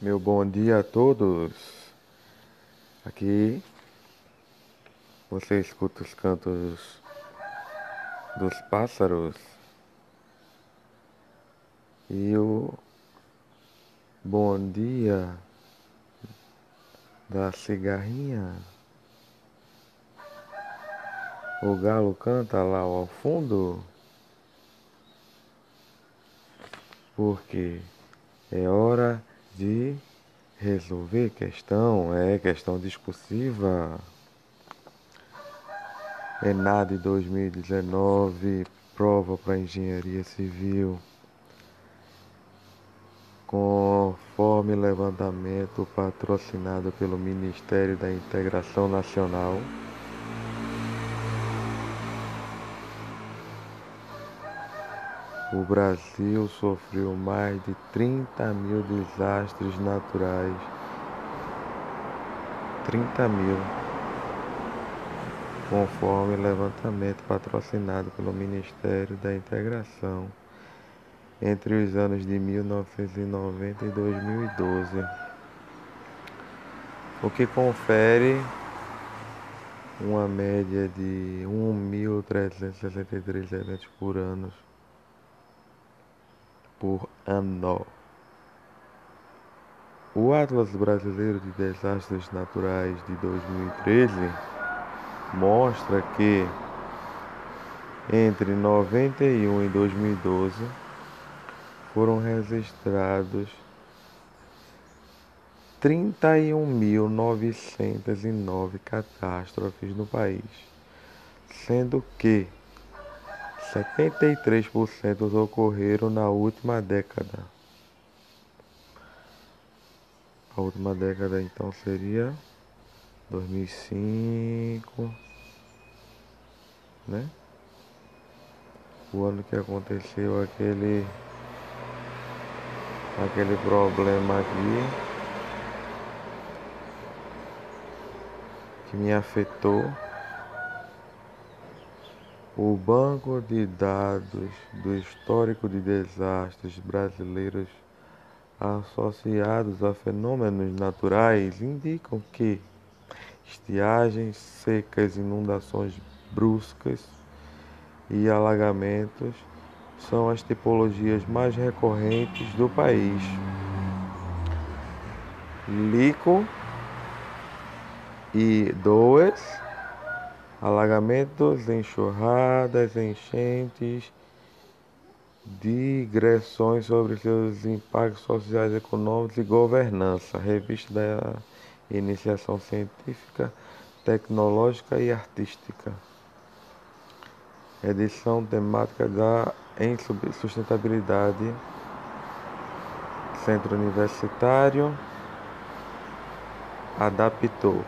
Meu bom dia a todos. Aqui você escuta os cantos dos pássaros e o bom dia da cigarrinha. O galo canta lá ao fundo porque é hora de resolver questão discursiva. ENAD 2019, prova para engenharia civil. Conforme levantamento patrocinado pelo Ministério da Integração Nacional, o Brasil sofreu mais de 30 mil desastres naturais. 30 mil, conforme levantamento patrocinado pelo Ministério da Integração entre os anos de 1990 e 2012, o que confere uma média de 1.363 eventos por ano. O Atlas Brasileiro de Desastres Naturais de 2013 mostra que entre 91 e 2012 foram registrados 31.909 catástrofes no país, sendo que 73% ocorreram na última década. A última década então seria 2005, né? O ano que aconteceu aquele problema aqui que me afetou. O banco de dados do histórico de desastres brasileiros associados a fenômenos naturais indicam que estiagens secas, inundações bruscas e alagamentos são as tipologias mais recorrentes do país. Lico e does, alagamentos, enxurradas, enchentes, digressões sobre seus impactos sociais, econômicos e governança. Revista da Iniciação Científica, Tecnológica e Artística. Edição temática em sustentabilidade. Centro Universitário adaptou.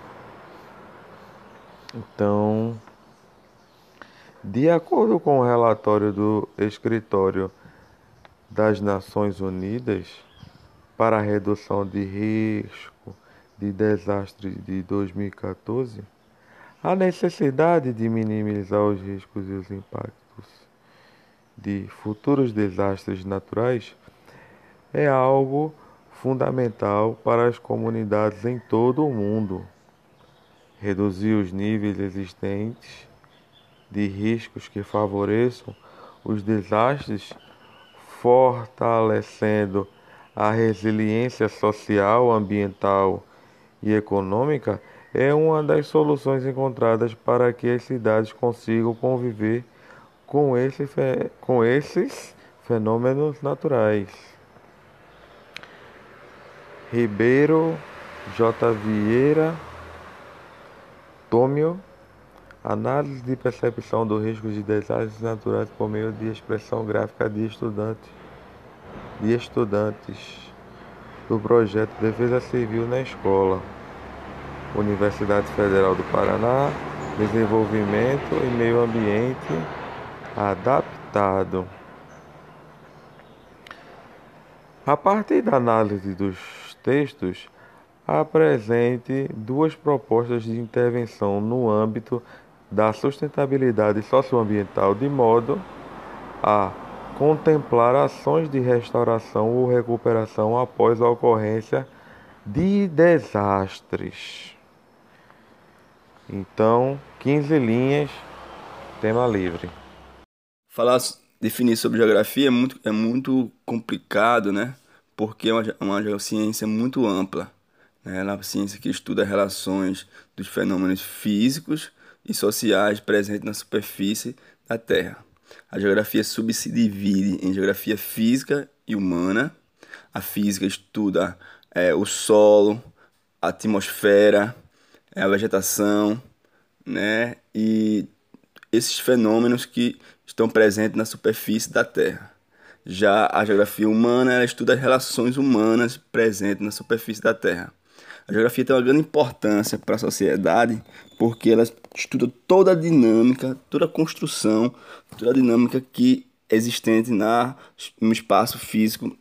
Então, de acordo com o relatório do Escritório das Nações Unidas para a Redução de Risco de Desastres de 2014, a necessidade de minimizar os riscos e os impactos de futuros desastres naturais é algo fundamental para as comunidades em todo o mundo. Reduzir os níveis existentes de riscos que favoreçam os desastres, fortalecendo a resiliência social, ambiental e econômica, é uma das soluções encontradas para que as cidades consigam conviver com esses fenômenos naturais. Ribeiro J. Vieira Tômio, análise de percepção do risco de desastres naturais por meio de expressão gráfica de estudantes do projeto Defesa Civil na Escola. Universidade Federal do Paraná, Desenvolvimento e Meio Ambiente Adaptado. A partir da análise dos textos, apresente duas propostas de intervenção no âmbito da sustentabilidade socioambiental, de modo a contemplar ações de restauração ou recuperação após a ocorrência de desastres. Então, 15 linhas, tema livre. Definir sobre geografia é muito complicado, né? Porque é uma ciência muito ampla, né? Ela é uma ciência que estuda relações dos fenômenos físicos e sociais presentes na superfície da Terra. A geografia subdivide em geografia física e humana. A física estuda o solo, a atmosfera, a vegetação, né? E esses fenômenos que estão presentes na superfície da Terra. Já a geografia humana, ela estuda as relações humanas presentes na superfície da Terra. A geografia tem uma grande importância para a sociedade porque ela estuda toda a dinâmica, toda a construção, toda a dinâmica que é existente no espaço físico.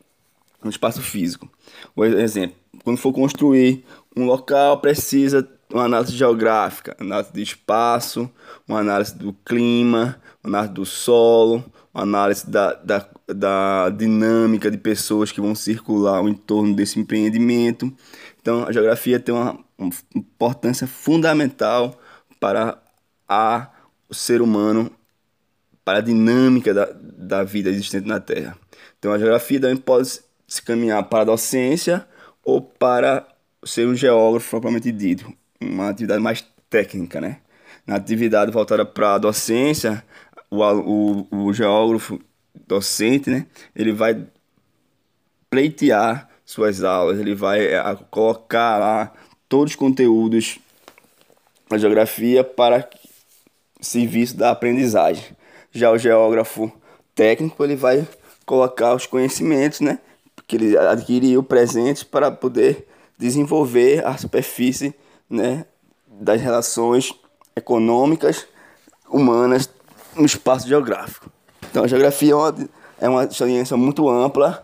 Por exemplo, quando for construir um local, precisa uma análise geográfica, análise de espaço, uma análise do clima, uma análise do solo, uma análise da dinâmica de pessoas que vão circular em torno desse empreendimento. Então, a geografia tem uma importância fundamental para o ser humano, para a dinâmica da vida existente na Terra. Então, a geografia também pode se caminhar para a docência ou para ser um geógrafo propriamente dito, uma atividade mais técnica, né? Na atividade voltada para a docência, o geógrafo docente, né? Ele vai pleitear suas aulas, ele vai colocar lá todos os conteúdos da geografia para serviço da aprendizagem. Já o geógrafo técnico, ele vai colocar os conhecimentos, né, que ele adquiriu presentes para poder desenvolver a superfície, né, das relações econômicas humanas no espaço geográfico. Então a geografia é uma ciência muito ampla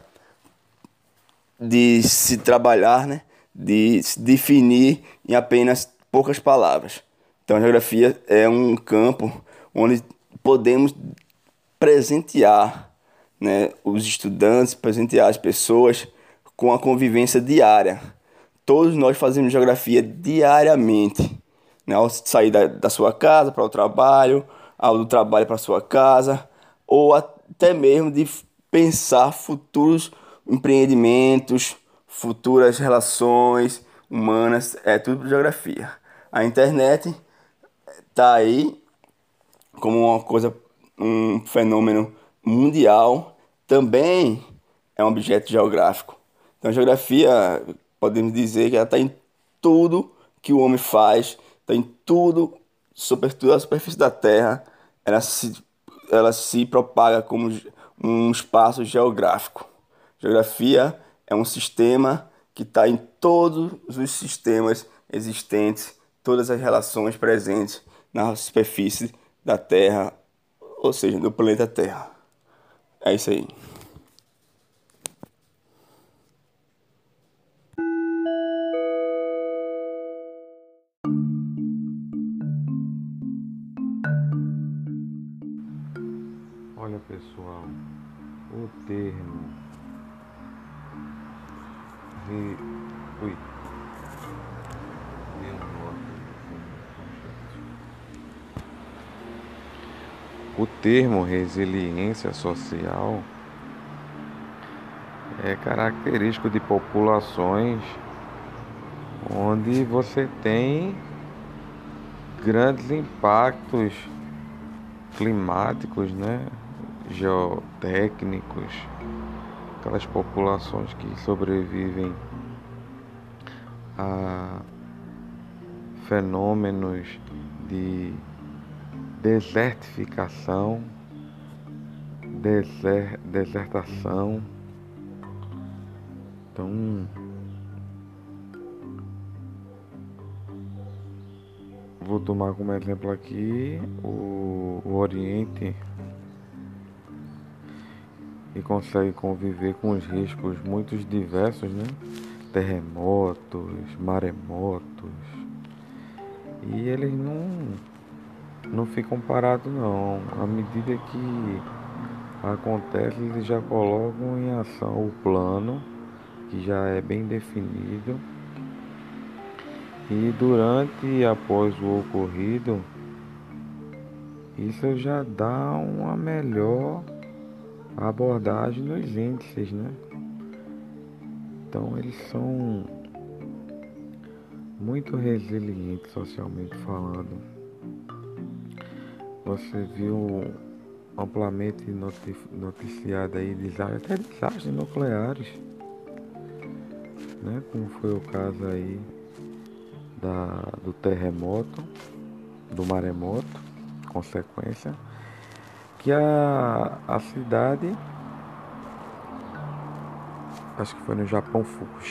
de se trabalhar, né, de se definir em apenas poucas palavras. Então a geografia é um campo onde podemos presentear, né, os estudantes, presentear as pessoas com a convivência diária. Todos nós fazemos geografia diariamente, né, ao sair da sua casa para o trabalho, ao do trabalho para a sua casa, ou até mesmo de pensar futuros empreendimentos, futuras relações humanas, é tudo geografia. A internet está aí como uma coisa, um fenômeno mundial, também é um objeto geográfico. Então, a geografia, podemos dizer que ela está em tudo que o homem faz, está em tudo, sobretudo a superfície da Terra, ela se propaga como um espaço geográfico. Geografia é um sistema que está em todos os sistemas existentes, todas as relações presentes na superfície da Terra, ou seja, do planeta Terra. É isso aí. Olha, pessoal, o termo re... Ui, deu um nó aqui. O termo resiliência social é característico de populações onde você tem grandes impactos climáticos, né? Geotécnicos, aquelas populações que sobrevivem a fenômenos de desertificação, desertação. Então, vou tomar como exemplo aqui o Oriente, e consegue conviver com os riscos muito diversos, né? Terremotos, maremotos, e eles não ficam parados não. À medida que acontece, eles já colocam em ação o plano, que já é bem definido, e durante e após o ocorrido, isso já dá uma melhor abordagem nos índices, né? Então eles são muito resilientes socialmente falando. Você viu amplamente noticiado aí até desastres nucleares, né? Como foi o caso aí do terremoto, do maremoto, consequência, que a cidade, acho que foi no Japão,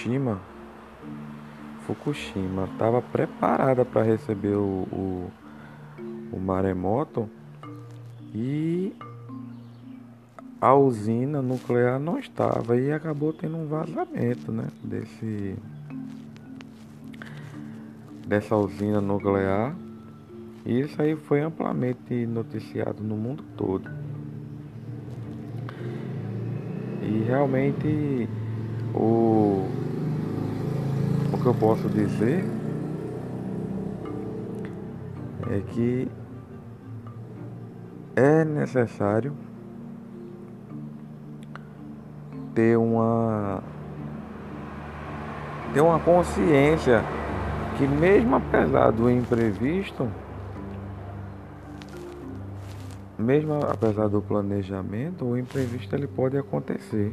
Fukushima, estava preparada para receber o maremoto e a usina nuclear não estava e acabou tendo um vazamento, né, dessa usina nuclear. E isso aí foi amplamente noticiado no mundo todo. E realmente o, o que eu posso dizer é que é necessário ter uma consciência que mesmo apesar do imprevisto, mesmo apesar do planejamento, o imprevisto ele pode acontecer.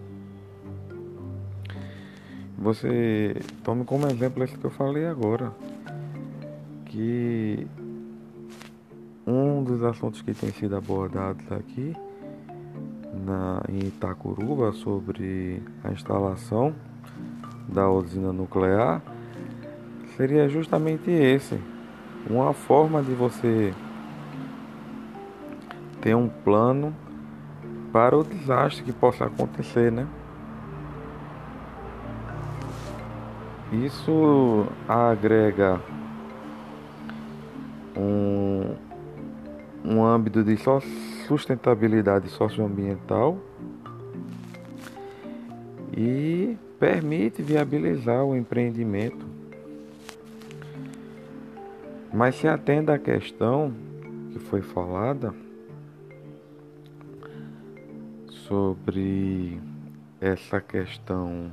Você tome como exemplo isso que eu falei agora, que um dos assuntos que tem sido abordados aqui em Itacuruba sobre a instalação da usina nuclear seria justamente esse, uma forma de você ter um plano para o desastre que possa acontecer, né? Isso agrega um, um âmbito de sustentabilidade socioambiental e permite viabilizar o empreendimento. Mas se atenda à questão que foi falada sobre essa questão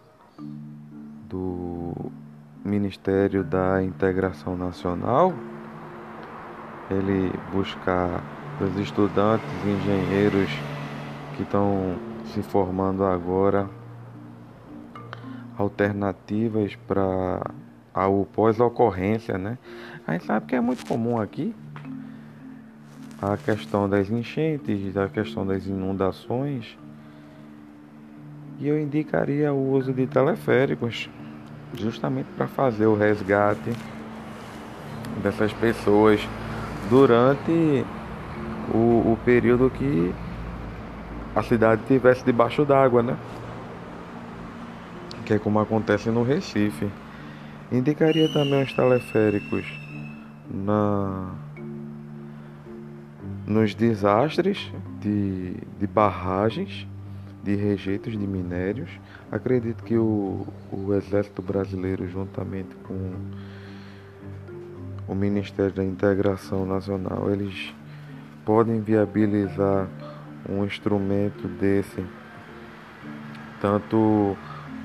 do Ministério da Integração Nacional, ele buscar os estudantes e engenheiros que estão se formando agora alternativas para o pós-ocorrência, né? A gente sabe que é muito comum aqui a questão das enchentes, a questão das inundações, e eu indicaria o uso de teleféricos justamente para fazer o resgate dessas pessoas durante o período que a cidade estivesse debaixo d'água, né? Que é como acontece no Recife. Indicaria também os teleféricos nos desastres de barragens, de rejeitos de minérios. Acredito que o Exército Brasileiro, juntamente com o Ministério da Integração Nacional, eles podem viabilizar um instrumento desse, tanto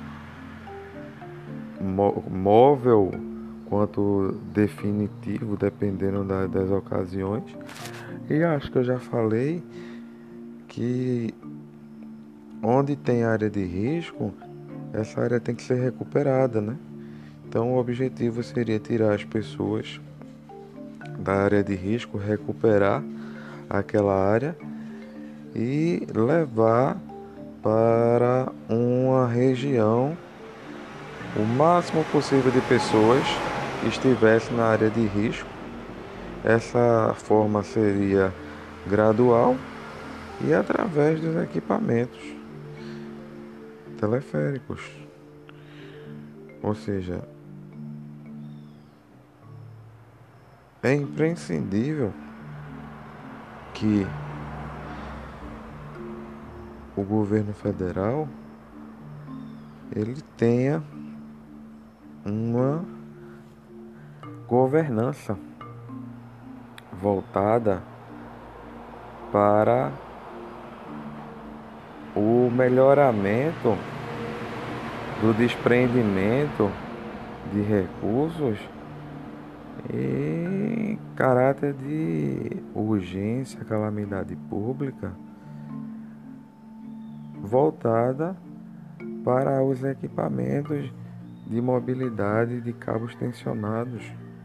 móvel quanto definitivo, dependendo das ocasiões. E acho que eu já falei que onde tem área de risco, essa área tem que ser recuperada, né? Então o objetivo seria tirar as pessoas da área de risco, recuperar aquela área e levar para uma região o máximo possível de pessoas que estivessem na área de risco. Essa forma seria gradual e através dos equipamentos teleféricos. Ou seja, é imprescindível que o governo federal ele tenha uma governança voltada para o melhoramento do desprendimento de recursos em caráter de urgência, calamidade pública, voltada para os equipamentos de mobilidade de cabos tensionados.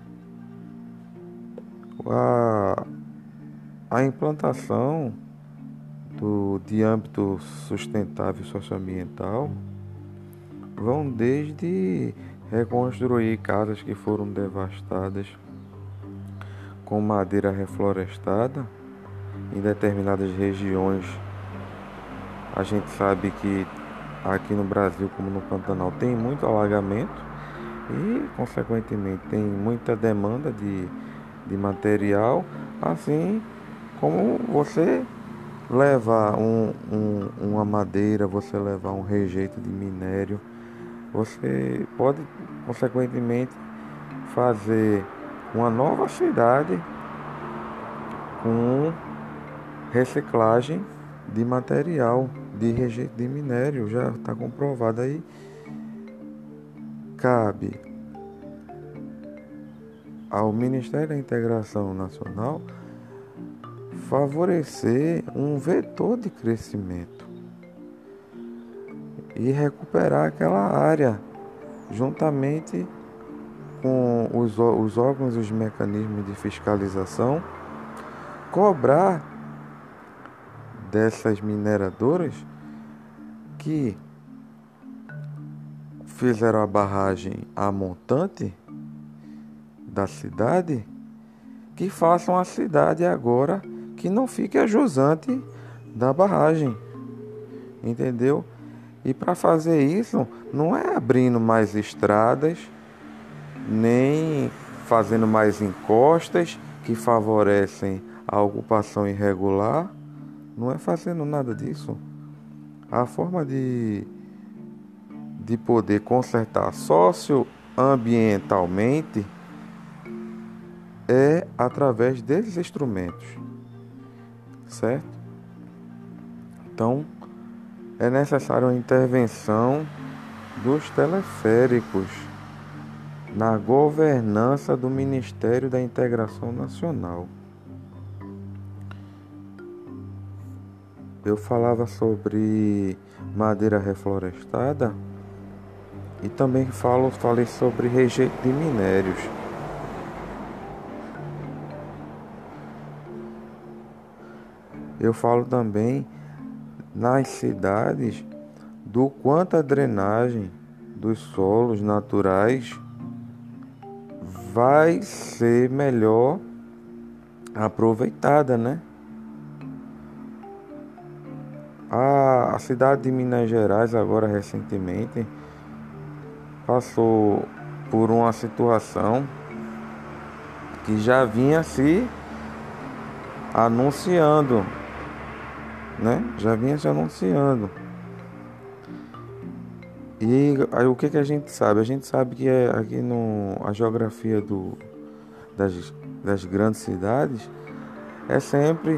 A implantação de âmbito sustentável socioambiental vão desde reconstruir casas que foram devastadas com madeira reflorestada em determinadas regiões. A gente sabe que aqui no Brasil, como no Pantanal, tem muito alagamento e, consequentemente, tem muita demanda de material, assim como você levar uma madeira, você levar um rejeito de minério, você pode, consequentemente, fazer uma nova cidade com reciclagem de material, de rejeito de minério. Já está comprovado aí. Cabe ao Ministério da Integração Nacional favorecer um vetor de crescimento e recuperar aquela área, juntamente com os órgãos e os mecanismos de fiscalização, cobrar dessas mineradoras que fizeram a barragem a montante da cidade, que façam a cidade agora que não fique a jusante da barragem, entendeu? E para fazer isso, não é abrindo mais estradas, nem fazendo mais encostas que favorecem a ocupação irregular, não é fazendo nada disso. A forma de poder consertar socioambientalmente é através desses instrumentos, certo? Então, é necessária uma intervenção dos teleféricos na governança do Ministério da Integração Nacional. Eu falava sobre madeira reflorestada e também falei sobre rejeito de minérios. Eu falo também nas cidades do quanto a drenagem dos solos naturais vai ser melhor aproveitada, né? A cidade de Minas Gerais, agora recentemente, passou por uma situação que já vinha se anunciando, né? Já vinha se anunciando. E aí, o que a gente sabe? A gente sabe que aqui a geografia das grandes cidades é sempre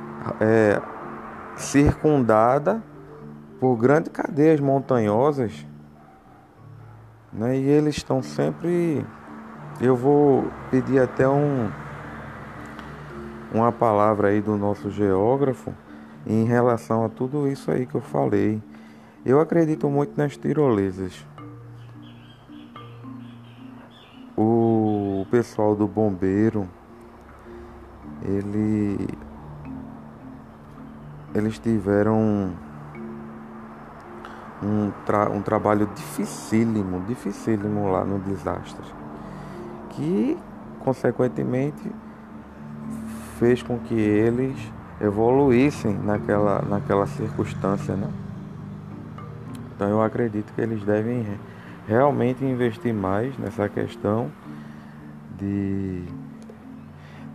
circundada por grandes cadeias montanhosas, né? E eles estão sempre... Eu vou pedir até uma palavra aí do nosso geógrafo em relação a tudo isso aí que eu falei. Eu acredito muito nas tirolesas. O pessoal do bombeiro, eles tiveram um trabalho dificílimo lá no desastre, que consequentemente fez com que eles evoluíssem naquela circunstância, né? Então eu acredito que eles devem realmente investir mais nessa questão de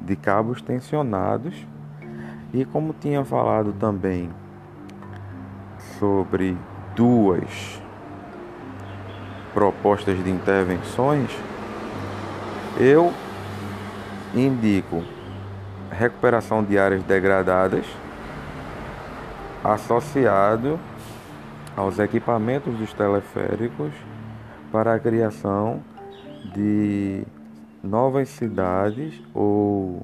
cabos tensionados. E como tinha falado também sobre duas propostas de intervenções, eu indico recuperação de áreas degradadas associado aos equipamentos dos teleféricos para a criação de novas cidades ou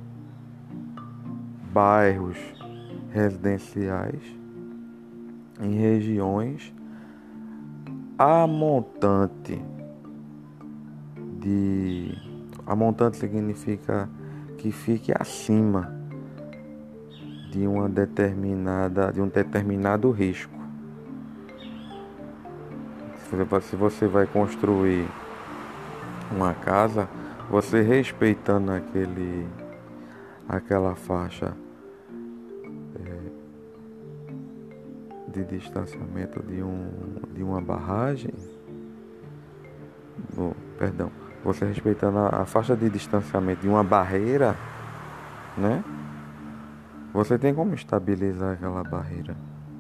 bairros residenciais em regiões a montante significa que fique acima de um determinado risco. Se você vai construir uma casa, você respeitando aquela faixa de distanciamento de uma barragem, você respeitando a faixa de distanciamento de uma barreira, né? Você tem como estabilizar aquela barreira.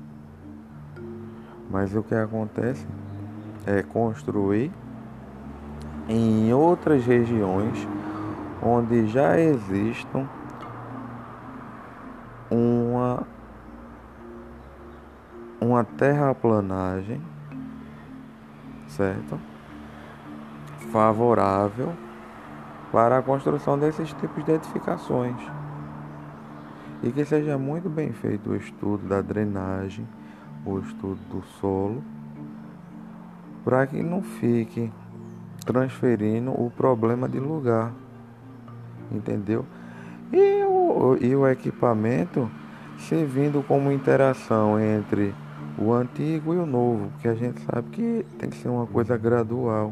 Mas o que acontece é construir em outras regiões onde já existam uma terraplanagem, certo? Favorável para a construção desses tipos de edificações. E que seja muito bem feito o estudo da drenagem, o estudo do solo, para que não fique transferindo o problema de lugar, entendeu? E o equipamento servindo como interação entre o antigo e o novo, porque a gente sabe que tem que ser uma coisa gradual.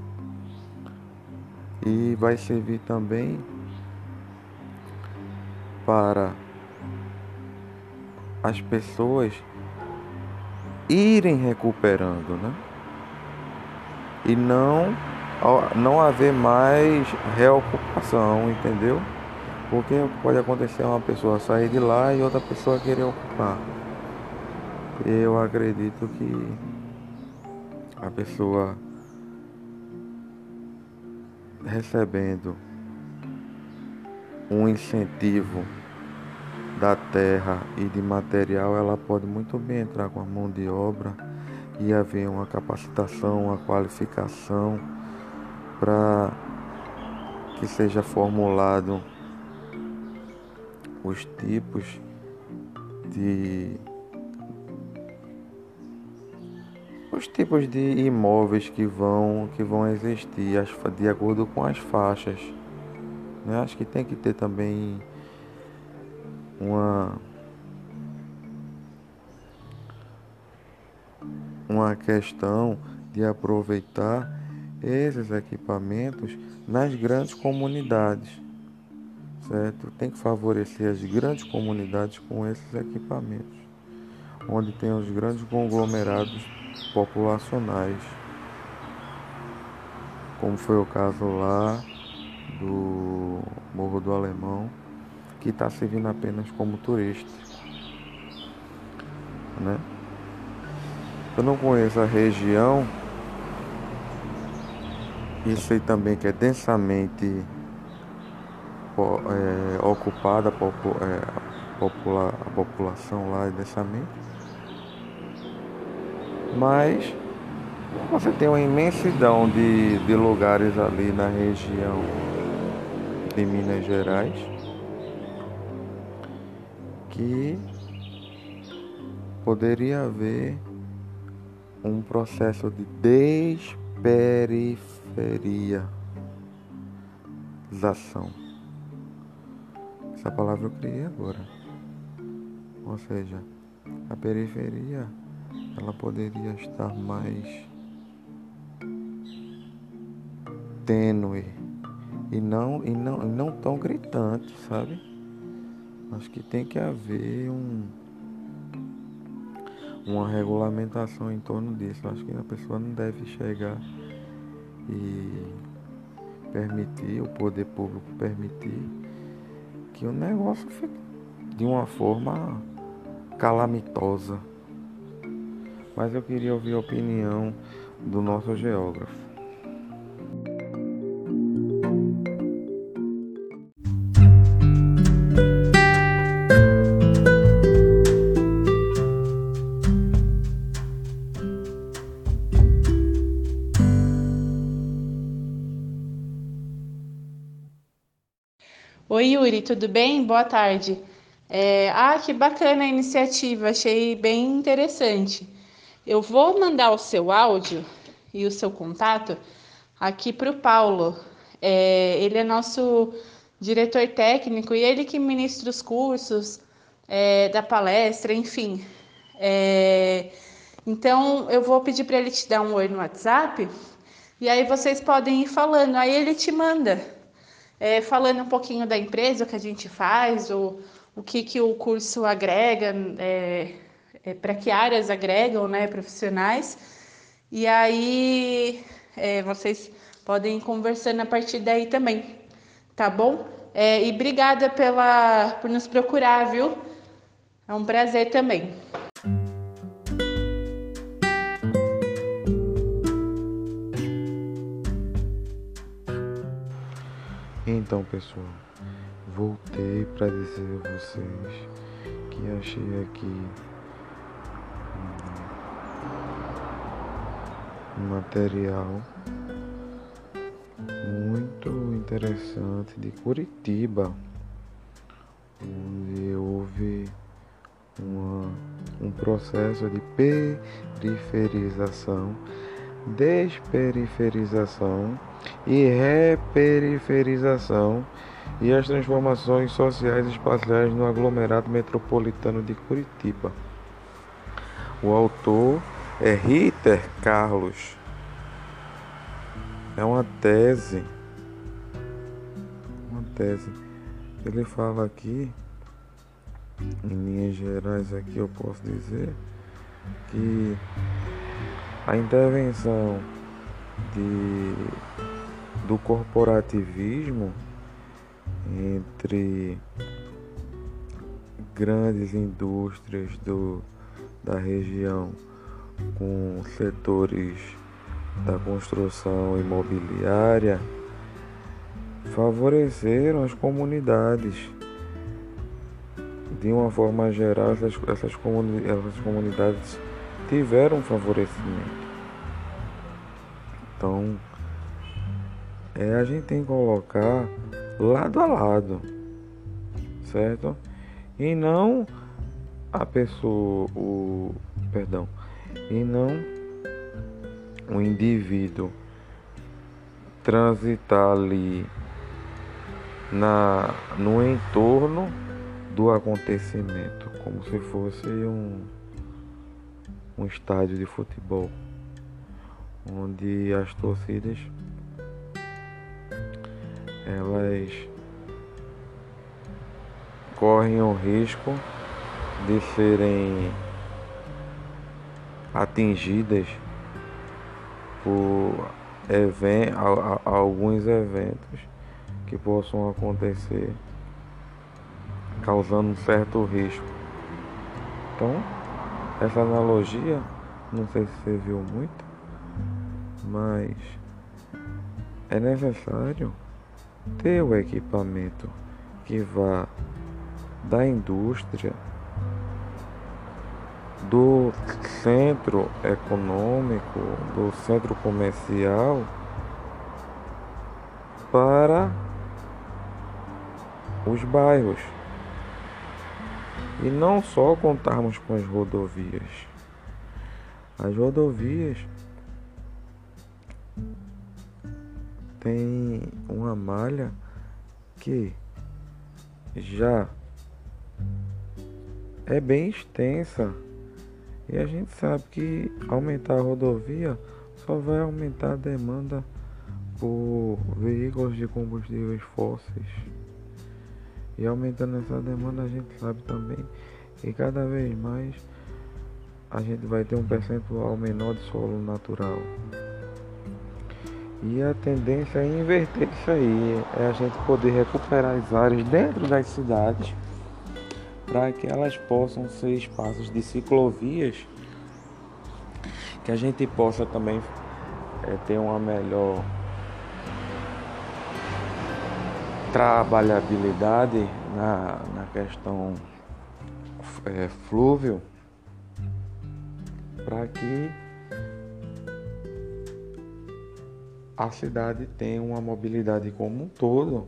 E vai servir também para as pessoas irem recuperando, né? E não haver mais reocupação, entendeu? Porque pode acontecer uma pessoa sair de lá e outra pessoa querer ocupar. Eu acredito que a pessoa recebendo um incentivo da terra e de material, ela pode muito bem entrar com a mão de obra e haver uma capacitação, uma qualificação para que seja formulado os tipos de imóveis que vão existir de acordo com as faixas, né? Acho que tem que ter também uma questão de aproveitar esses equipamentos nas grandes comunidades, certo? Tem que favorecer as grandes comunidades com esses equipamentos, onde tem os grandes conglomerados populacionais, como foi o caso lá do Morro do Alemão, que está servindo apenas como turista, né? Eu não conheço a região e sei também que é densamente ocupada, a população lá é densamente, mas você tem uma imensidão de lugares ali na região de Minas Gerais que poderia haver um processo de desperiferização. Essa palavra eu criei agora. Ou seja, a periferia ela poderia estar mais tênue e não tão gritante, sabe? Acho que tem que haver uma regulamentação em torno disso. Acho que a pessoa não deve chegar e permitir, o poder público permitir que o negócio fique de uma forma calamitosa, mas eu queria ouvir a opinião do nosso geógrafo. Oi, Yuri, tudo bem? Boa tarde. Que bacana a iniciativa, achei bem interessante. Eu vou mandar o seu áudio e o seu contato aqui para o Paulo. Ele é nosso diretor técnico e ele que ministra os cursos, da palestra, enfim. Então, eu vou pedir para ele te dar um oi no WhatsApp e aí vocês podem ir falando. Aí ele te manda. Falando um pouquinho da empresa, o que a gente faz, o que o curso agrega, para que áreas agregam, né, profissionais. E aí vocês podem ir conversando a partir daí também, tá bom? E obrigada por nos procurar, viu? É um prazer também. Então, pessoal, voltei para dizer a vocês que achei aqui um material muito interessante de Curitiba, onde houve um processo de periferização, desperiferização e reperiferização e as transformações sociais e espaciais no aglomerado metropolitano de Curitiba. O autor é Ritter Carlos. É uma tese. Ele fala aqui, em linhas gerais aqui eu posso dizer que a intervenção do corporativismo entre grandes indústrias da região com setores da construção imobiliária favoreceram as comunidades. De uma forma geral, essas comunidades tiveram favorecimento. Então, a gente tem que colocar lado a lado, certo? E não e não o indivíduo transitar ali no entorno do acontecimento, como se fosse um estádio de futebol, onde as torcidas elas correm o risco de serem atingidas por alguns eventos que possam acontecer, causando um certo risco. Então, essa analogia, não sei se você viu muito, mas é necessário ter o equipamento que vá da indústria, do centro econômico, do centro comercial, para os bairros. E não só contarmos com as rodovias. As rodovias têm uma malha que já é bem extensa. E a gente sabe que aumentar a rodovia só vai aumentar a demanda por veículos de combustíveis fósseis. E aumentando essa demanda, a gente sabe também que cada vez mais a gente vai ter um percentual menor de solo natural. E a tendência é inverter isso aí, é a gente poder recuperar as áreas dentro das cidades para que elas possam ser espaços de ciclovias que a gente possa também ter uma melhor trabalhabilidade na questão flúvio, para que a cidade tenha uma mobilidade como um todo,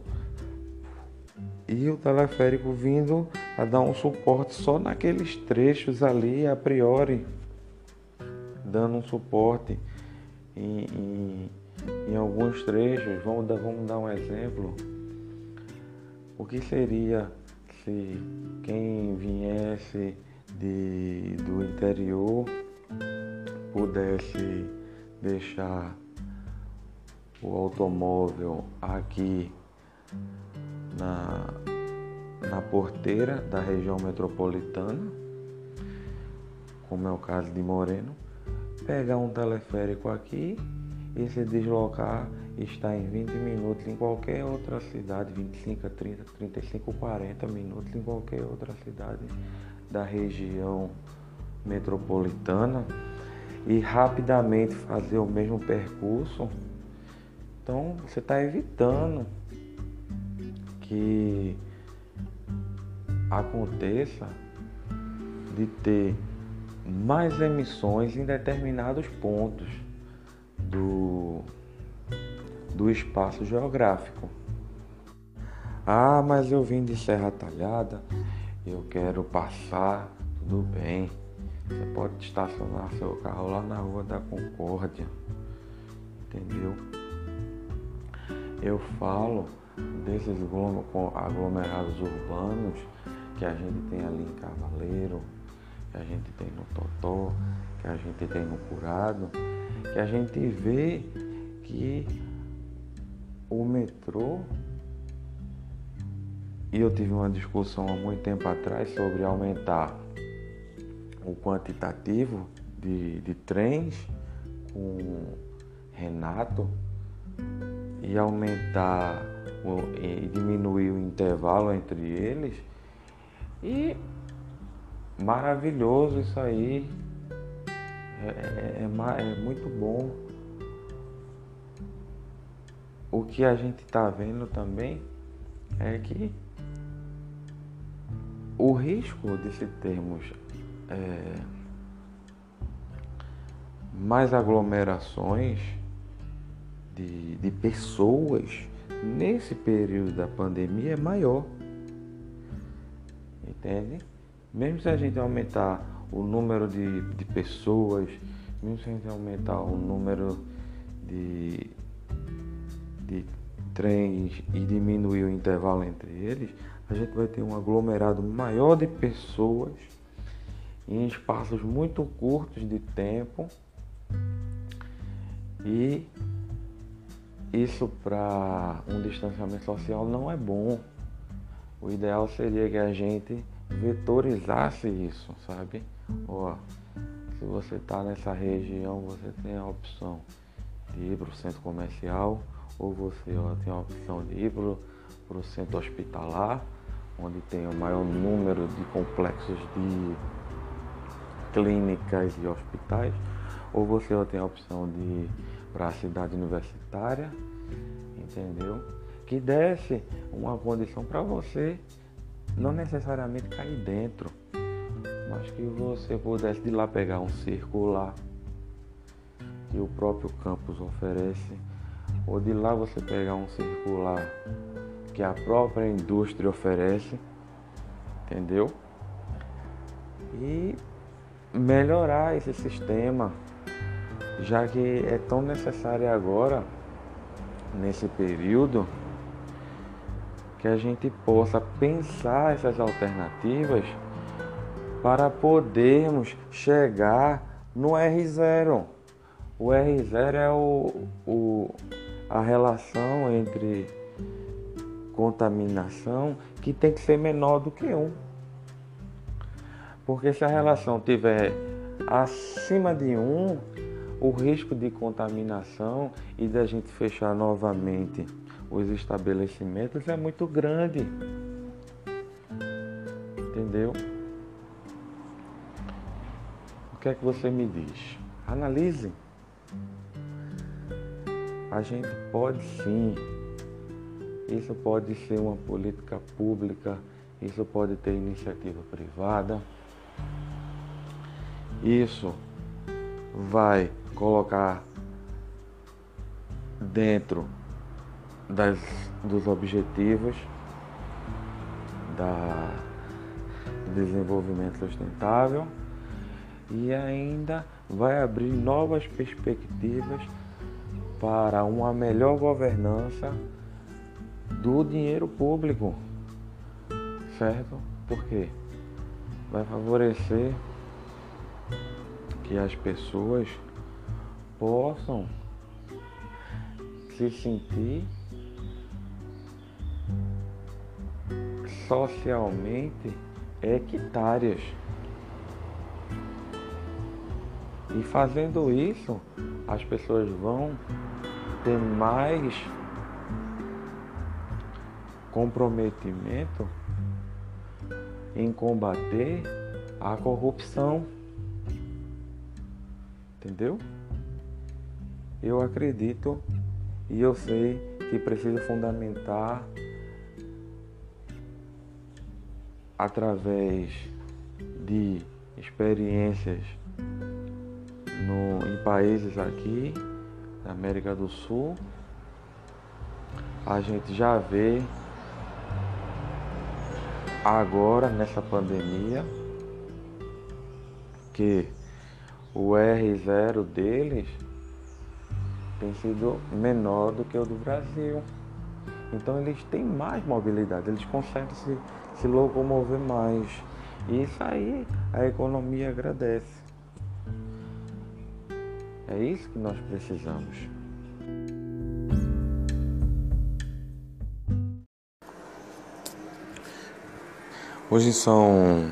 e o teleférico vindo a dar um suporte só naqueles trechos ali, a priori, dando um suporte em alguns trechos. Vamos dar um exemplo. O que seria se quem viesse do interior pudesse deixar o automóvel aqui na porteira da região metropolitana, como é o caso de Moreno, pegar um teleférico aqui e se deslocar, está em 20 minutos em qualquer outra cidade, 25 a 30, 35, 40 minutos em qualquer outra cidade da região metropolitana, e rapidamente fazer o mesmo percurso. Então você está evitando que aconteça de ter mais emissões em determinados pontos do espaço geográfico. Ah, mas eu vim de Serra Talhada, eu quero passar, tudo bem. Você pode estacionar seu carro lá na Rua da Concórdia, entendeu? Eu falo desses aglomerados urbanos que a gente tem ali em Cavaleiro, que a gente tem no Totó, que a gente tem no Curado, que a gente vê que o metrô, e eu tive uma discussão há muito tempo atrás sobre aumentar o quantitativo de trens com Renato e aumentar e diminuir o intervalo entre eles, e maravilhoso isso aí, é muito bom. O que a gente está vendo também é que o risco de se termos mais aglomerações de pessoas nesse período da pandemia é maior, entende? Mesmo se a gente aumentar o número de pessoas, mesmo se a gente aumentar o número de trens e diminuir o intervalo entre eles, a gente vai ter um aglomerado maior de pessoas em espaços muito curtos de tempo, e isso para um distanciamento social não é bom. O ideal seria que a gente vetorizasse isso, sabe? Ó, se você está nessa região, você tem a opção de ir para o centro comercial, ou você tem a opção de ir para o centro hospitalar, onde tem o maior número de complexos de clínicas e hospitais, ou você tem a opção de ir para a cidade universitária, entendeu? Que desse uma condição para você não necessariamente cair dentro, mas que você pudesse de lá pegar um circular que o próprio campus oferece, ou de lá você pegar um circular que a própria indústria oferece, entendeu? E melhorar esse sistema, já que é tão necessário agora, nesse período, que a gente possa pensar essas alternativas para podermos chegar no R0. O R0 é a relação entre contaminação que tem que ser menor do que 1. Porque se a relação tiver acima de 1, o risco de contaminação e da gente fechar novamente os estabelecimentos é muito grande. Entendeu? O que é que você me diz? Analise. A gente pode sim. Isso pode ser uma política pública, isso pode ter iniciativa privada. Isso vai colocar dentro dos objetivos do desenvolvimento sustentável e ainda vai abrir novas perspectivas para uma melhor governança do dinheiro público, certo? Por quê? Vai favorecer que as pessoas possam se sentir socialmente equitárias. E fazendo isso, as pessoas vão ter mais comprometimento em combater a corrupção. Entendeu? Eu acredito e eu sei que preciso fundamentar através de experiências em países aqui da América do Sul. A gente já vê agora nessa pandemia que o R0 deles tem sido menor do que o do Brasil. Então eles têm mais mobilidade, eles conseguem se locomover mais. E isso aí a economia agradece. É isso que nós precisamos. Hoje são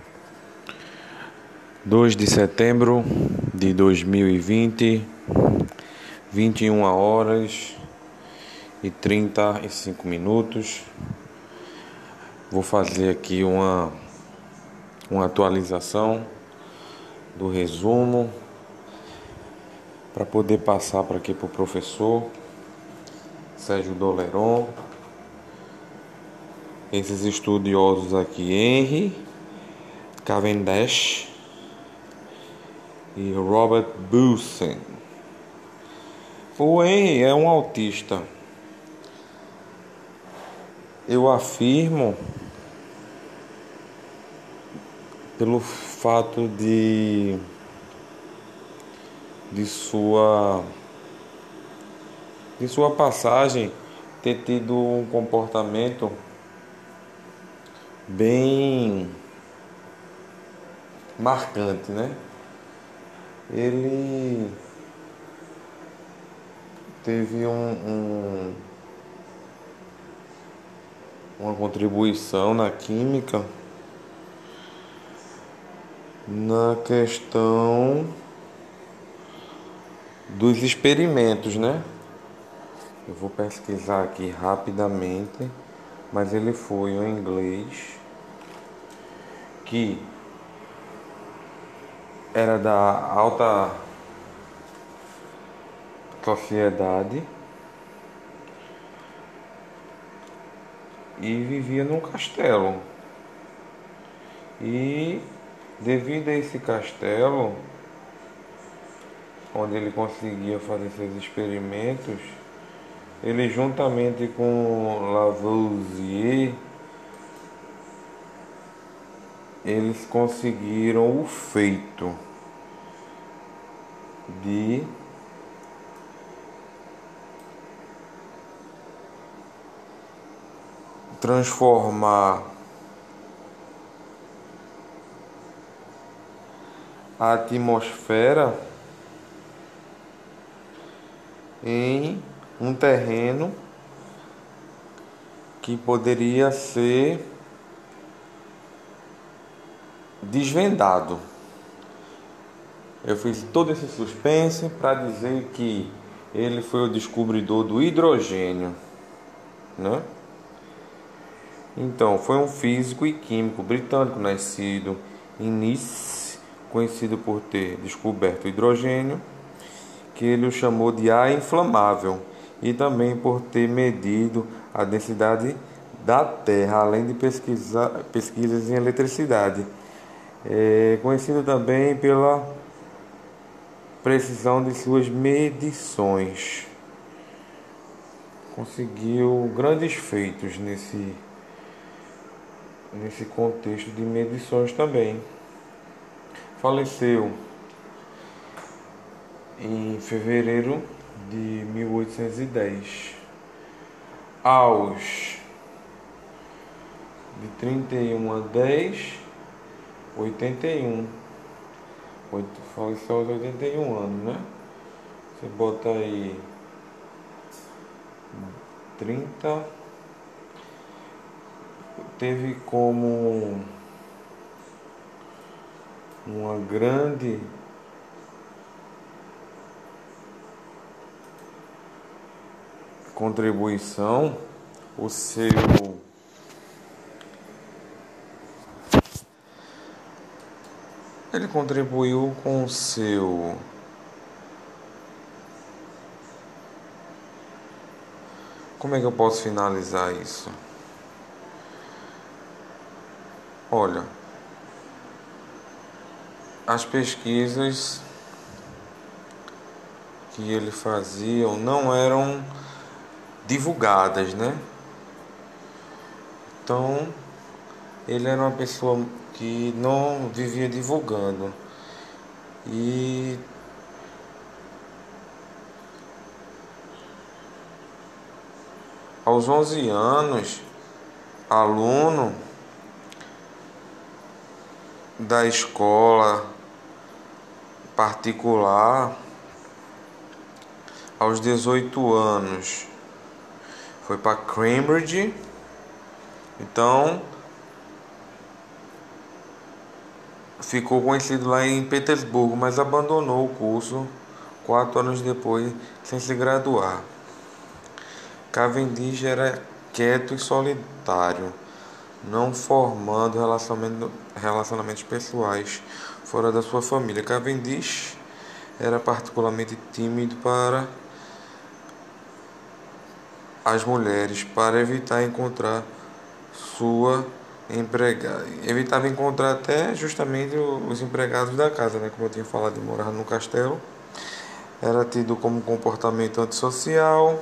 2 de setembro de 2020, 21 horas e 35 minutos. Vou fazer aqui uma atualização do resumo para poder passar para aqui para o professor Sérgio Doleron. Esses estudiosos aqui, Henry Cavendish e Robert Bunsen. O Henry é um autista. Eu afirmo pelo fato de sua passagem ter tido um comportamento bem marcante, né? Ele teve uma contribuição na química na questão dos experimentos, né? Eu vou pesquisar aqui rapidamente, mas ele foi um inglês que era da alta sociedade e vivia num castelo. E devido a esse castelo, onde ele conseguia fazer seus experimentos, ele juntamente com Lavoisier, eles conseguiram o feito de transformar a atmosfera em um terreno que poderia ser desvendado. Eu fiz todo esse suspense para dizer que ele foi o descobridor do hidrogênio, né? Então, foi um físico e químico britânico nascido em Nice, conhecido por ter descoberto o hidrogênio, que ele o chamou de ar inflamável, e também por ter medido a densidade da Terra, além de pesquisas em eletricidade. É conhecido também pela precisão de suas medições. Conseguiu grandes feitos nesse contexto de medições também. Faleceu em fevereiro de 1810, aos de 31 a 10, 81. Faleceu aos 81 anos, né? Você bota aí 30. Teve como uma grande contribuição o seu ele contribuiu com o seu como é que eu posso finalizar isso? Olha, as pesquisas que ele fazia não eram divulgadas, né? Então, ele era uma pessoa que não vivia divulgando. E aos 11 anos, aluno da escola particular, aos 18 anos foi para Cambridge. Então ficou conhecido lá em Petersburgo, mas abandonou o curso 4 anos depois, sem se graduar. Cavendish era quieto e solitário, não formando relacionamentos pessoais fora da sua família. Cavendish era particularmente tímido para as mulheres, para evitar encontrar sua empregada. Evitava encontrar até justamente os empregados da casa, né? Como eu tinha falado, de morar no castelo. Era tido como comportamento antissocial.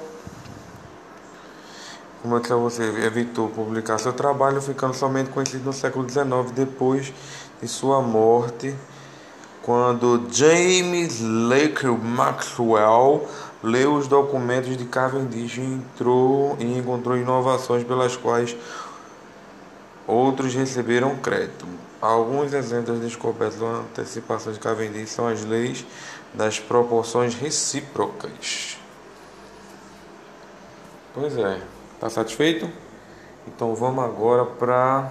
Como é que você evitou publicar seu trabalho, ficando somente conhecido no século XIX, depois de sua morte, quando James Clerk Maxwell leu os documentos de Cavendish e encontrou inovações pelas quais outros receberam crédito. Alguns exemplos das descobertas ou antecipações de Cavendish são as leis das proporções recíprocas. Pois é, está satisfeito? Então vamos agora para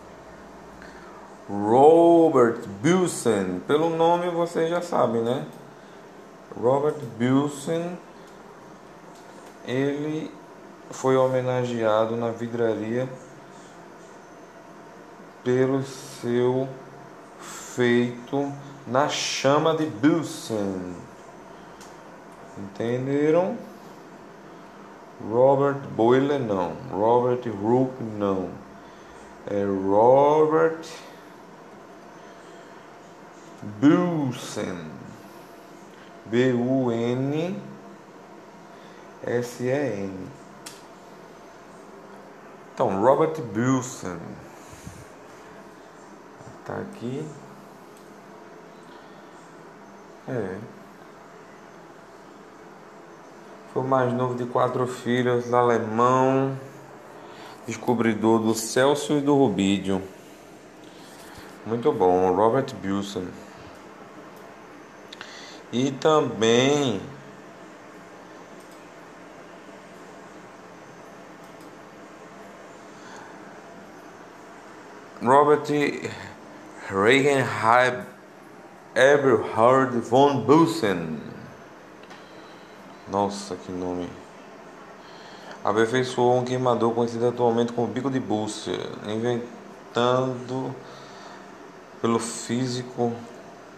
Robert Wilson. Pelo nome você já sabe, né? Robert Wilson, ele foi homenageado na vidraria pelo seu feito na chama de Wilson. Entenderam? Robert Boyle não, Robert Hooke não, é Robert Wilson, Bunsen. Então, Robert Wilson tá aqui. Foi o mais novo de 4 filhos, alemão, descobridor do Célsius e do Rubídio. Muito bom, Robert Wilson. E também Robert Regenheim Eberhard von Bunsen. Nossa, que nome. Aperfeiçoou um queimador conhecido atualmente como bico de Bunsen, inventado pelo físico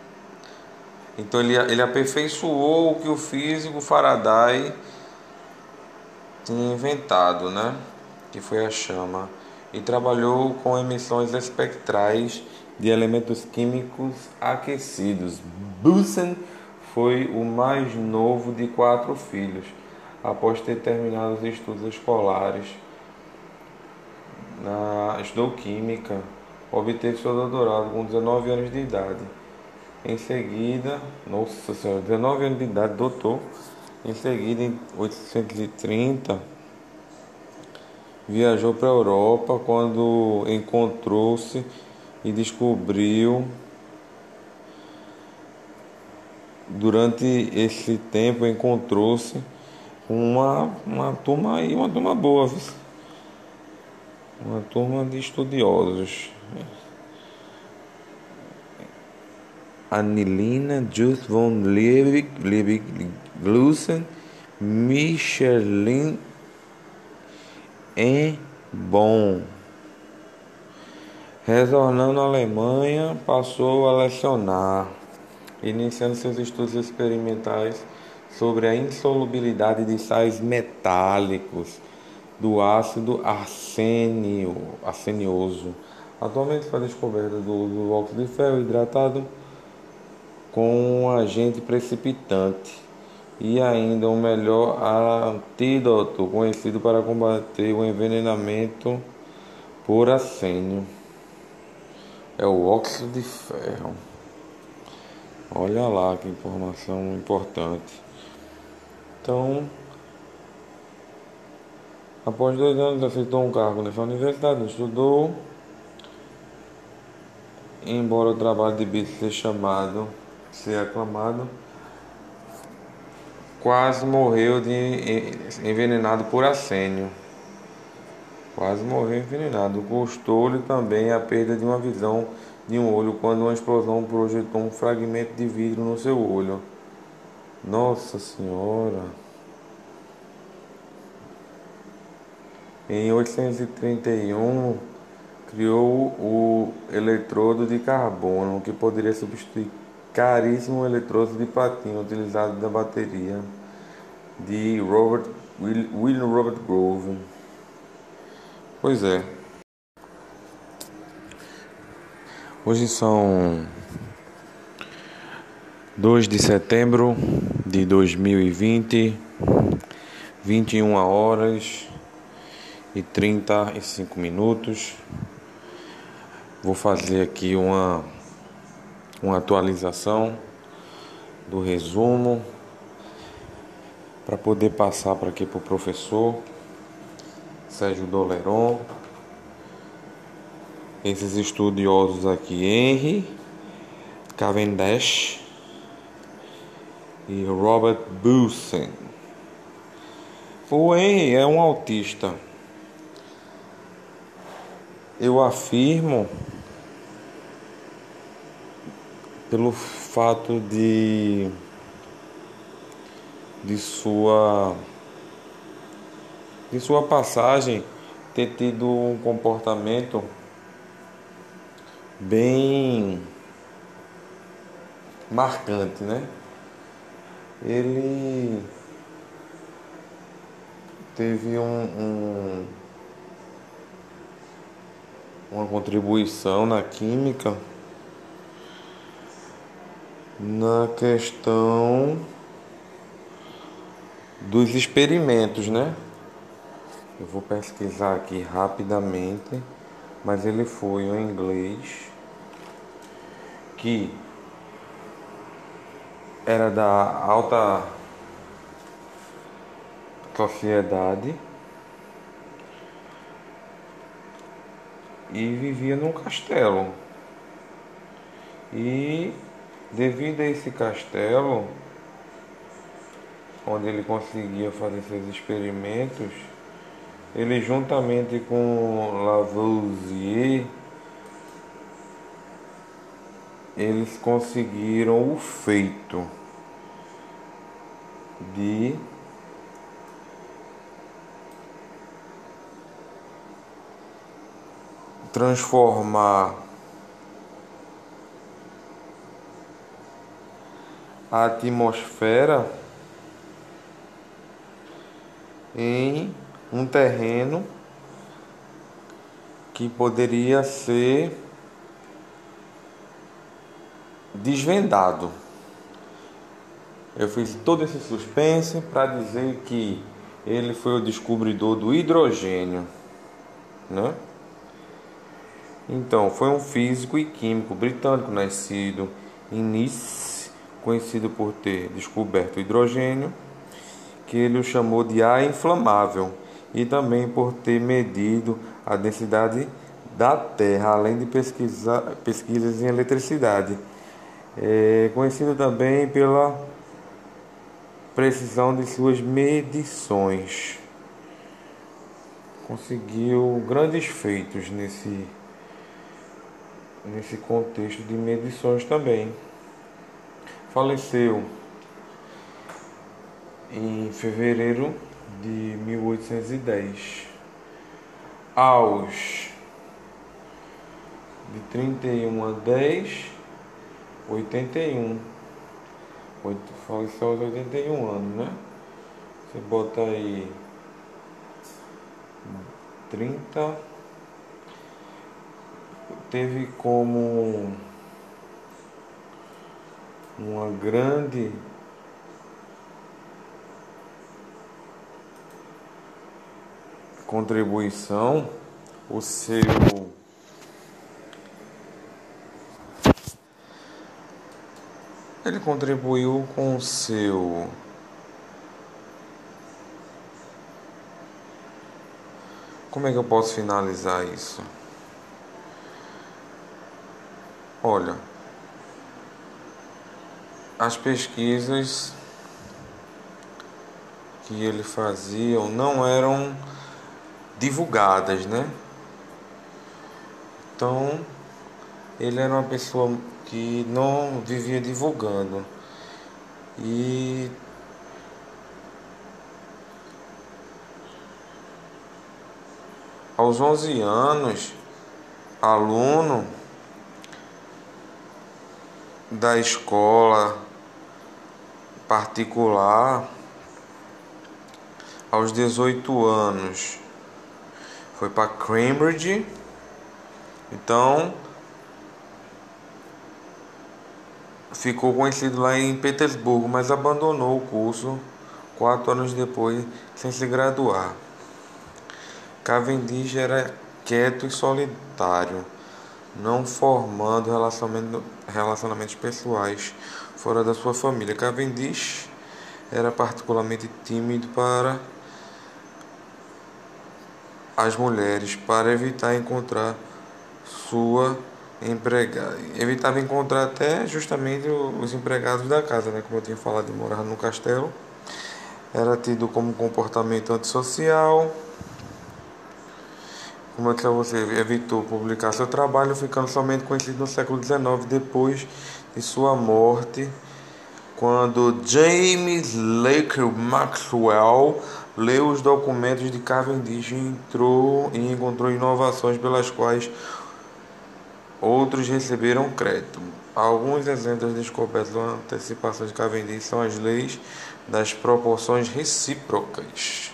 Então ele aperfeiçoou o que o físico Faraday tinha inventado, né? Que foi a chama, e trabalhou com emissões espectrais de elementos químicos aquecidos. Bunsen foi o mais novo de 4 filhos. Após ter terminado os estudos escolares, estudou química, obteve seu doutorado com 19 anos de idade. Em seguida, nossa senhora, 19 anos de idade, doutor. Em seguida, em 1830, viajou para a Europa quando encontrou-se e descobriu. Durante esse tempo, encontrou-se uma turma aí, uma turma boa, viu? Uma turma de estudiosos. Anilina, Just von Liebig, Glusen, Michelin e Bonn. Retornando à Alemanha, passou a lecionar, iniciando seus estudos experimentais sobre a insolubilidade de sais metálicos do ácido arsenioso. Atualmente foi descoberta do uso do óxido de ferro hidratado com um agente precipitante e ainda um melhor antídoto conhecido para combater o envenenamento por arsênio. É o óxido de ferro. Olha lá que informação importante. Então, após 2 anos, aceitou um cargo nessa universidade, estudou. Embora o trabalho de Beatles ser aclamado, quase morreu envenenado por arsênio. Quase morreu envenenado. Custou-lhe também a perda de uma visão de um olho quando uma explosão projetou um fragmento de vidro no seu olho. Nossa Senhora! Em 1831, criou o eletrodo de carbono, que poderia substituir caríssimo eletrodo de platina utilizado na bateria de William Robert Grove. Pois é. Hoje são 2 de setembro de 2020, 21h35. Vou fazer aqui uma atualização do resumo para poder passar para aqui para o professor Sérgio Doleron. Esses estudiosos aqui, Henry Cavendish e Robert Bunsen. O Henry é um autista. Eu afirmo pelo fato de sua passagem ter tido um comportamento bem marcante, né? Ele teve uma contribuição na química, na questão dos experimentos, né? Eu vou pesquisar aqui rapidamente, mas ele foi um inglês que era da alta sociedade e vivia num castelo. E devido a esse castelo, onde ele conseguia fazer seus experimentos, ele juntamente com Lavoisier, eles conseguiram o feito de transformar a atmosfera em um terreno que poderia ser desvendado. Eu fiz todo esse suspense para dizer que ele foi o descobridor do hidrogênio, né? Então, foi um físico e químico britânico nascido em Nice, conhecido por ter descoberto o hidrogênio, que ele o chamou de ar inflamável, e também por ter medido a densidade da Terra, além de pesquisas em eletricidade. É conhecido também pela precisão de suas medições. Conseguiu grandes feitos nesse contexto de medições também. Faleceu em fevereiro de 1810, aos de 31 a 10, 81. Faleceu aos 81 anos, né? Você bota aí 30. Teve como uma grande contribuição o seu ele contribuiu com o seu como é que eu posso finalizar isso? Olha, as pesquisas que ele fazia não eram divulgadas, né? Então, ele era uma pessoa que não vivia divulgando. E aos 11 anos, aluno da escola particular, aos 18 anos, foi para Cambridge. Então, ficou conhecido lá em Petersburgo, mas abandonou o curso 4 anos depois, sem se graduar. Cavendish era quieto e solitário, não formando relacionamentos pessoais fora da sua família. Cavendish era particularmente tímido para as mulheres, para evitar encontrar sua empregada. Evitava encontrar até justamente os empregados da casa, né? Como eu tinha falado, de morar no castelo. Era tido como comportamento antissocial. Como eu disse a você, evitou publicar seu trabalho, ficando somente conhecido no século XIX, depois de sua morte, quando James Clerk Maxwell leu os documentos de Cavendish e encontrou inovações pelas quais outros receberam crédito. Alguns exemplos das descobertas ou antecipações de Cavendish são as leis das proporções recíprocas.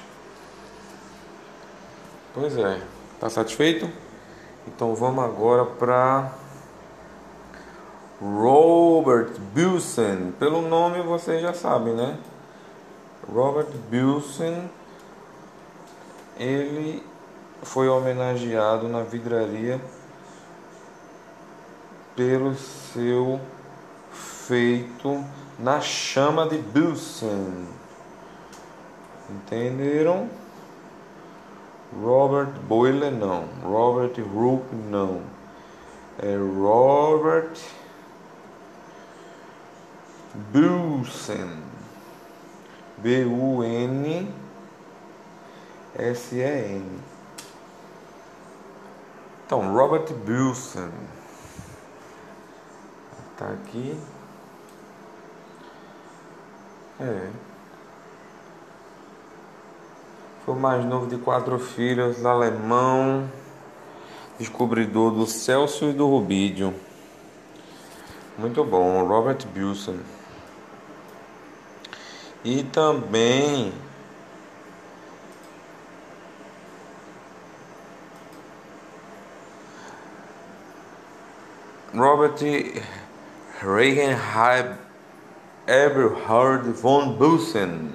Pois é, está satisfeito? Então vamos agora para Robert Wilson. Pelo nome você já sabe, né? Robert Wilson, ele foi homenageado na vidraria pelo seu feito na chama de Wilson. Entenderam? Robert Boyle não, Robert Hooke não, é Robert Wilson, Bunsen. Então, Robert Wilson tá aqui. Foi o mais novo de 4 filhos, alemão, descobridor do Célcio e do Rubídio. Muito bom, Robert Wilson. E também Robert Regenheim Eberhard von Busen.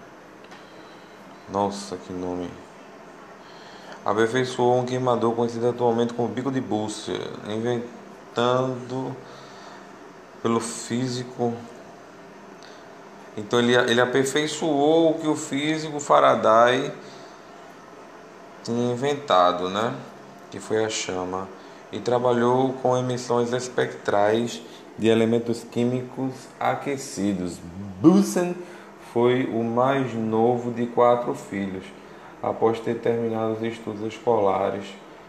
Nossa, que nome. Aperfeiçoou um queimador conhecido atualmente como bico de Busse, inventando pelo físico. Então ele aperfeiçoou o que o físico Faraday tinha inventado, né? Que foi a chama. E trabalhou com emissões espectrais de elementos químicos aquecidos. Bunsen foi o mais novo de 4 filhos. Após ter terminado os estudos escolares,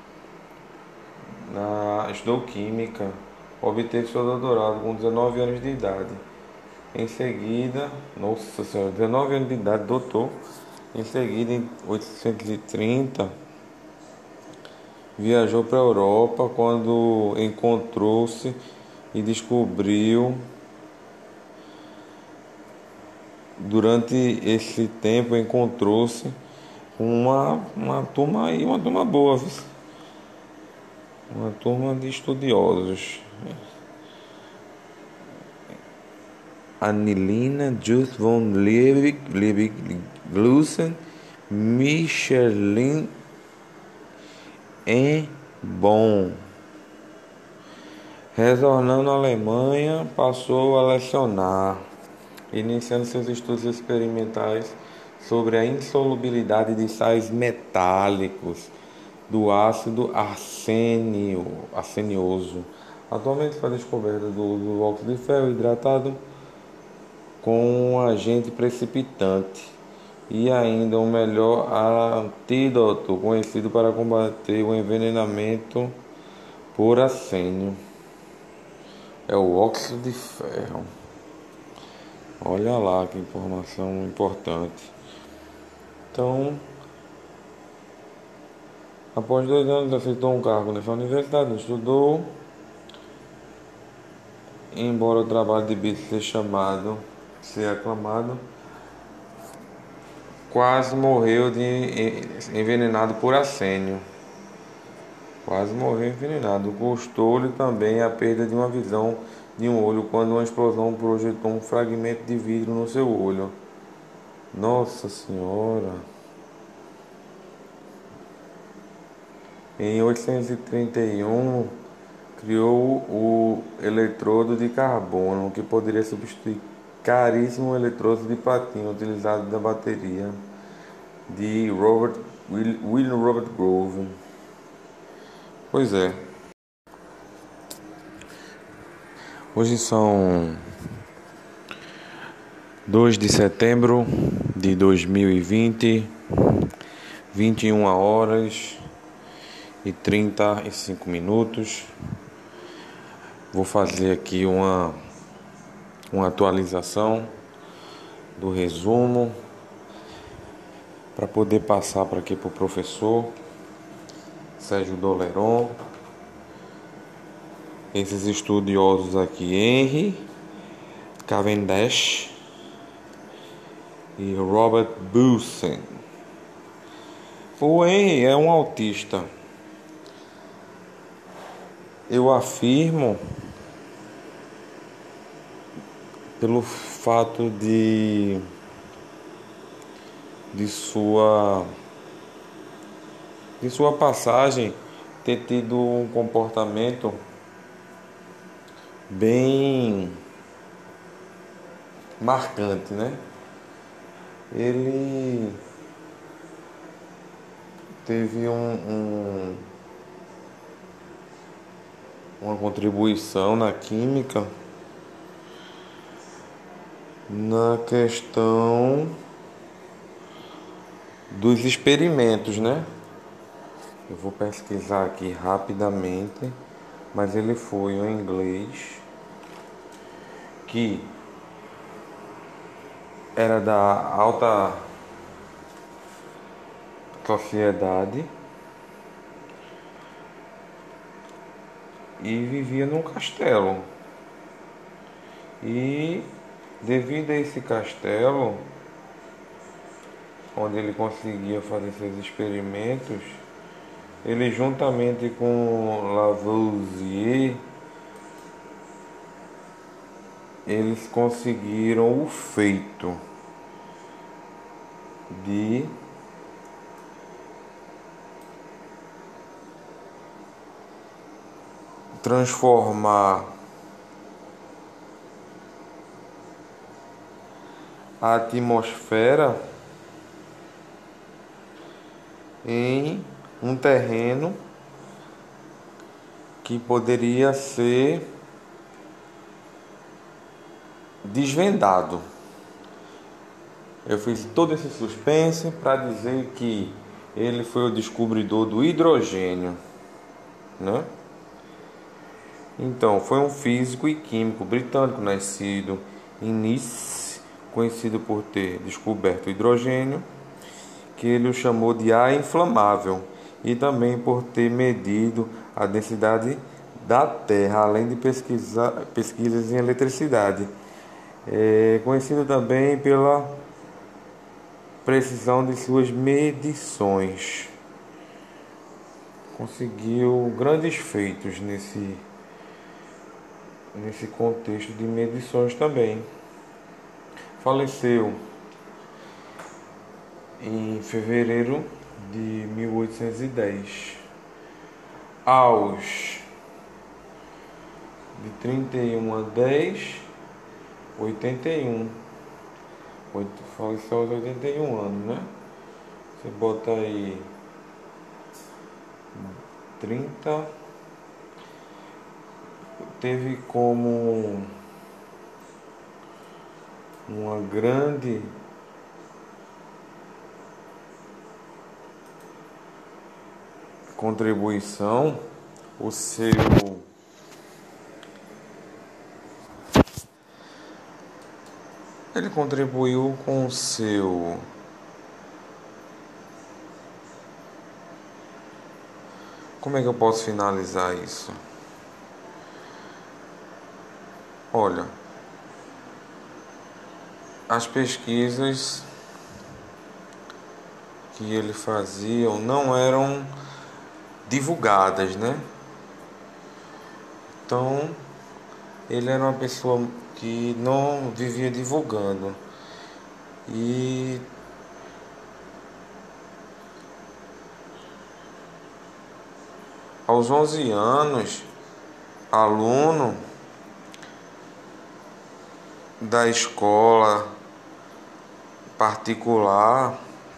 estudou química, obteve seu doutorado com 19 anos de idade. Em seguida, nossa senhora, 19 anos de idade, doutor. Em seguida, em 1830, viajou para a Europa quando encontrou-se e descobriu. Durante esse tempo, encontrou-se uma turma aí, uma turma boa, viu? Uma turma de estudiosos. Anilina, Just von Liebig, Glusen, Michelin e Bonn. Retornando à Alemanha, passou a lecionar, iniciando seus estudos experimentais sobre a insolubilidade de sais metálicos do ácido arsenioso. Atualmente foi descoberta do óxido de ferro hidratado com um agente precipitante e ainda um melhor antídoto conhecido para combater o envenenamento por arsênio. É o óxido de ferro. Olha lá que informação importante. Então, após 2 anos, aceitou um cargo nessa universidade, estudou. Embora o trabalho de Beatles ser aclamado, quase morreu envenenado por arsênio. Quase morreu envenenado. Custou-lhe também a perda de uma visão de um olho quando uma explosão projetou um fragmento de vidro no seu olho. Nossa Senhora! Em 1831, criou o eletrodo de carbono, que poderia substituir caríssimo eletrodo de platina utilizado na bateria de William Robert Grove. Pois é. Hoje são 2 de setembro de 2020, 21 horas e 35 minutos. Vou fazer aqui uma atualização do resumo para poder passar para aqui para o professor Sérgio Doleron. Esses estudiosos aqui, Henry Cavendish e Robert Bunsen. O Henry é um autista. Eu afirmo pelo fato de sua passagem ter tido um comportamento bem marcante, né? Ele teve uma contribuição na química na questão dos experimentos, né? Eu vou pesquisar aqui rapidamente, mas ele foi um inglês que era da alta sociedade e vivia num castelo. E devido a esse castelo, onde ele conseguia fazer seus experimentos, ele juntamente com Lavoisier, eles conseguiram o feito de transformar a atmosfera em um terreno que poderia ser desvendado. Eu fiz todo esse suspense para dizer que ele foi o descobridor do hidrogênio, né? Então, foi um físico e químico britânico nascido em Nice, conhecido por ter descoberto o hidrogênio, que ele o chamou de ar inflamável, e também por ter medido a densidade da Terra, além de pesquisas em eletricidade. É conhecido também pela precisão de suas medições. Conseguiu grandes feitos nesse contexto de medições também. Faleceu em fevereiro de 1810, aos de 31 a 10, 81. Faleceu aos 81 anos, né? Você bota aí 30. Teve como uma grande contribuição o seu ele contribuiu com o seu como é que eu posso finalizar isso? Olha, as pesquisas que ele fazia não eram divulgadas, né? Então, ele era uma pessoa que não vivia divulgando. E aos 11 anos, aluno da escola particular,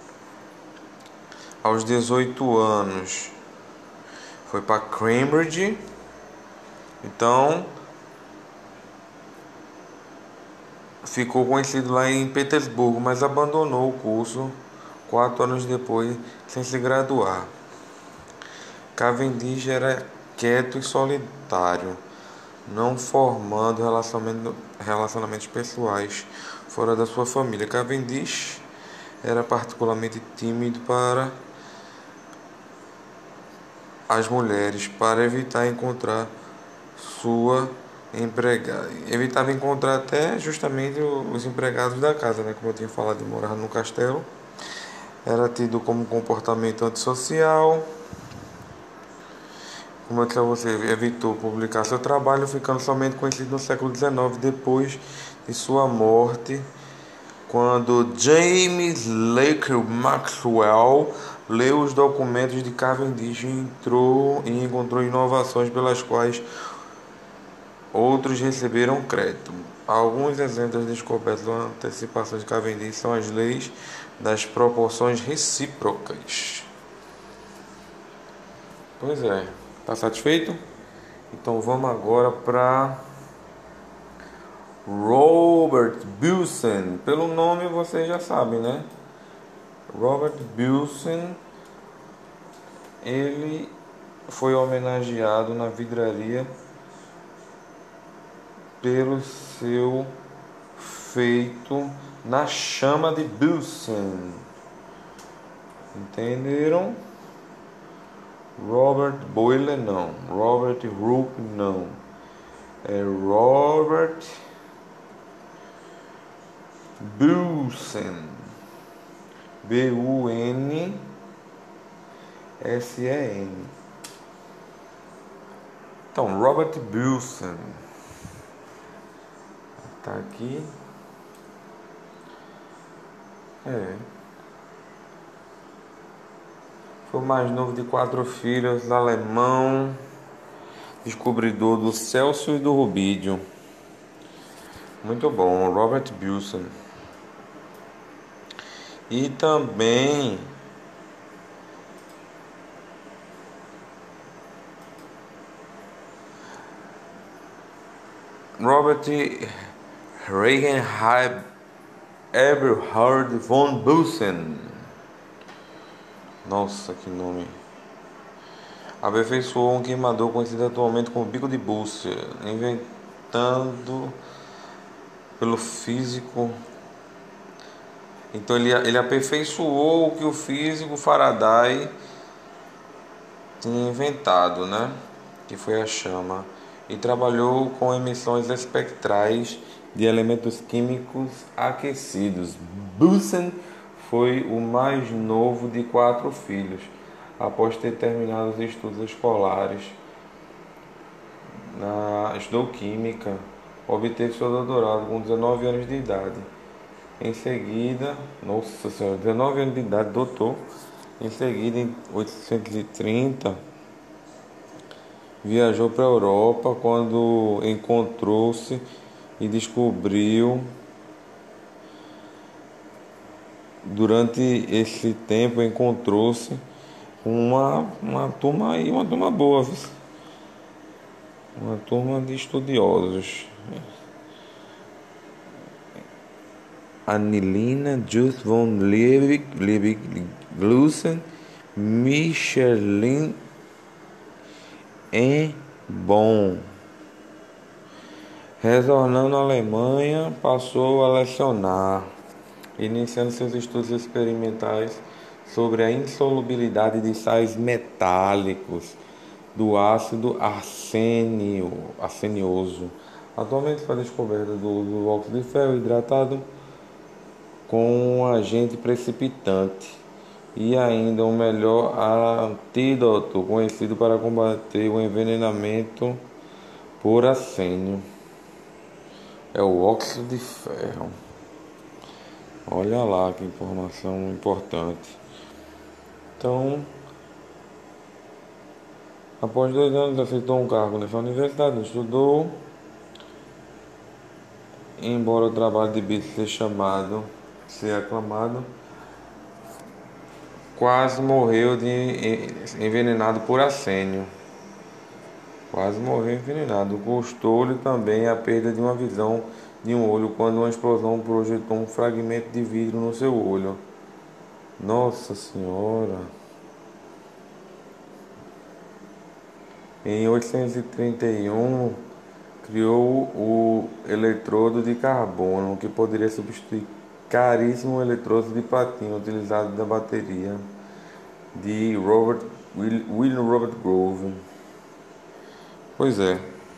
aos 18 anos foi para Cambridge. Então ficou conhecido lá em Petersburgo, mas abandonou o curso 4 anos depois, sem se graduar. Cavendish era quieto e solitário, não formando relacionamentos pessoais fora da sua família. Cavendish era particularmente tímido para as mulheres, para evitar encontrar sua empregada. Evitava encontrar até justamente os empregados da casa, né? Como eu tinha falado, de morar no castelo. Era tido como comportamento antissocial. Como é que você evitou publicar seu trabalho, ficando somente conhecido no século XIX, depois de sua morte, quando James Clerk Maxwell leu os documentos de Cavendish e encontrou inovações pelas quais outros receberam crédito. Alguns exemplos das descobertas ou antecipações de Cavendish são as leis das proporções recíprocas. Pois é, está satisfeito? Então vamos agora para Robert Wilson. Pelo nome você já sabe, né? Robert Wilson, ele foi homenageado na vidraria pelo seu feito na chama de Wilson. Entenderam? Robert Boyle não, Robert Hooke não, é Robert Wilson. Bunsen. Então, Robert Bunsen tá aqui. Foi o mais novo de 4 filhos, alemão, descobridor do Célsius e do Rubídio. Muito bom, Robert Bunsen. E também Robert Regenheim Eberhard von Bunsen. Nossa, que nome. Aperfeiçoou um queimador conhecido atualmente como bico de Bunsen, inventado pelo físico. Então ele aperfeiçoou o que o físico Faraday tinha inventado, né? Que foi a chama. E trabalhou com emissões espectrais de elementos químicos aquecidos. Bunsen foi o mais novo de 4 filhos. Após ter terminado os estudos escolares, estudou química, obteve seu doutorado com 19 anos de idade. Em seguida, 19 anos de idade, doutor. Em seguida, em 1830, viajou para a Europa quando encontrou-se e descobriu. Durante esse tempo, encontrou-se uma turma boa, uma turma de estudiosos. Anilina, Just von Liebig, Glusen, Michelin e Bonn. Retornando à Alemanha, passou a lecionar, iniciando seus estudos experimentais sobre a insolubilidade de sais metálicos do ácido arsenioso. Atualmente foi descoberta do óxido de ferro hidratado com um agente precipitante e ainda um melhor antídoto conhecido para combater o envenenamento por arsênio. É o óxido de ferro. Olha lá que informação importante. Então, após 2 anos aceitou um cargo nessa universidade, estudou. Embora o trabalho de Beatles ser aclamado, quase morreu envenenado por arsênio. Quase morreu envenenado. Custou-lhe também a perda de uma visão de um olho quando uma explosão projetou um fragmento de vidro no seu olho. Nossa Senhora! Em 1831, criou o eletrodo de carbono, que poderia substituir caríssimo eletrodo de platino utilizado na bateria de William Robert Grove. Pois é.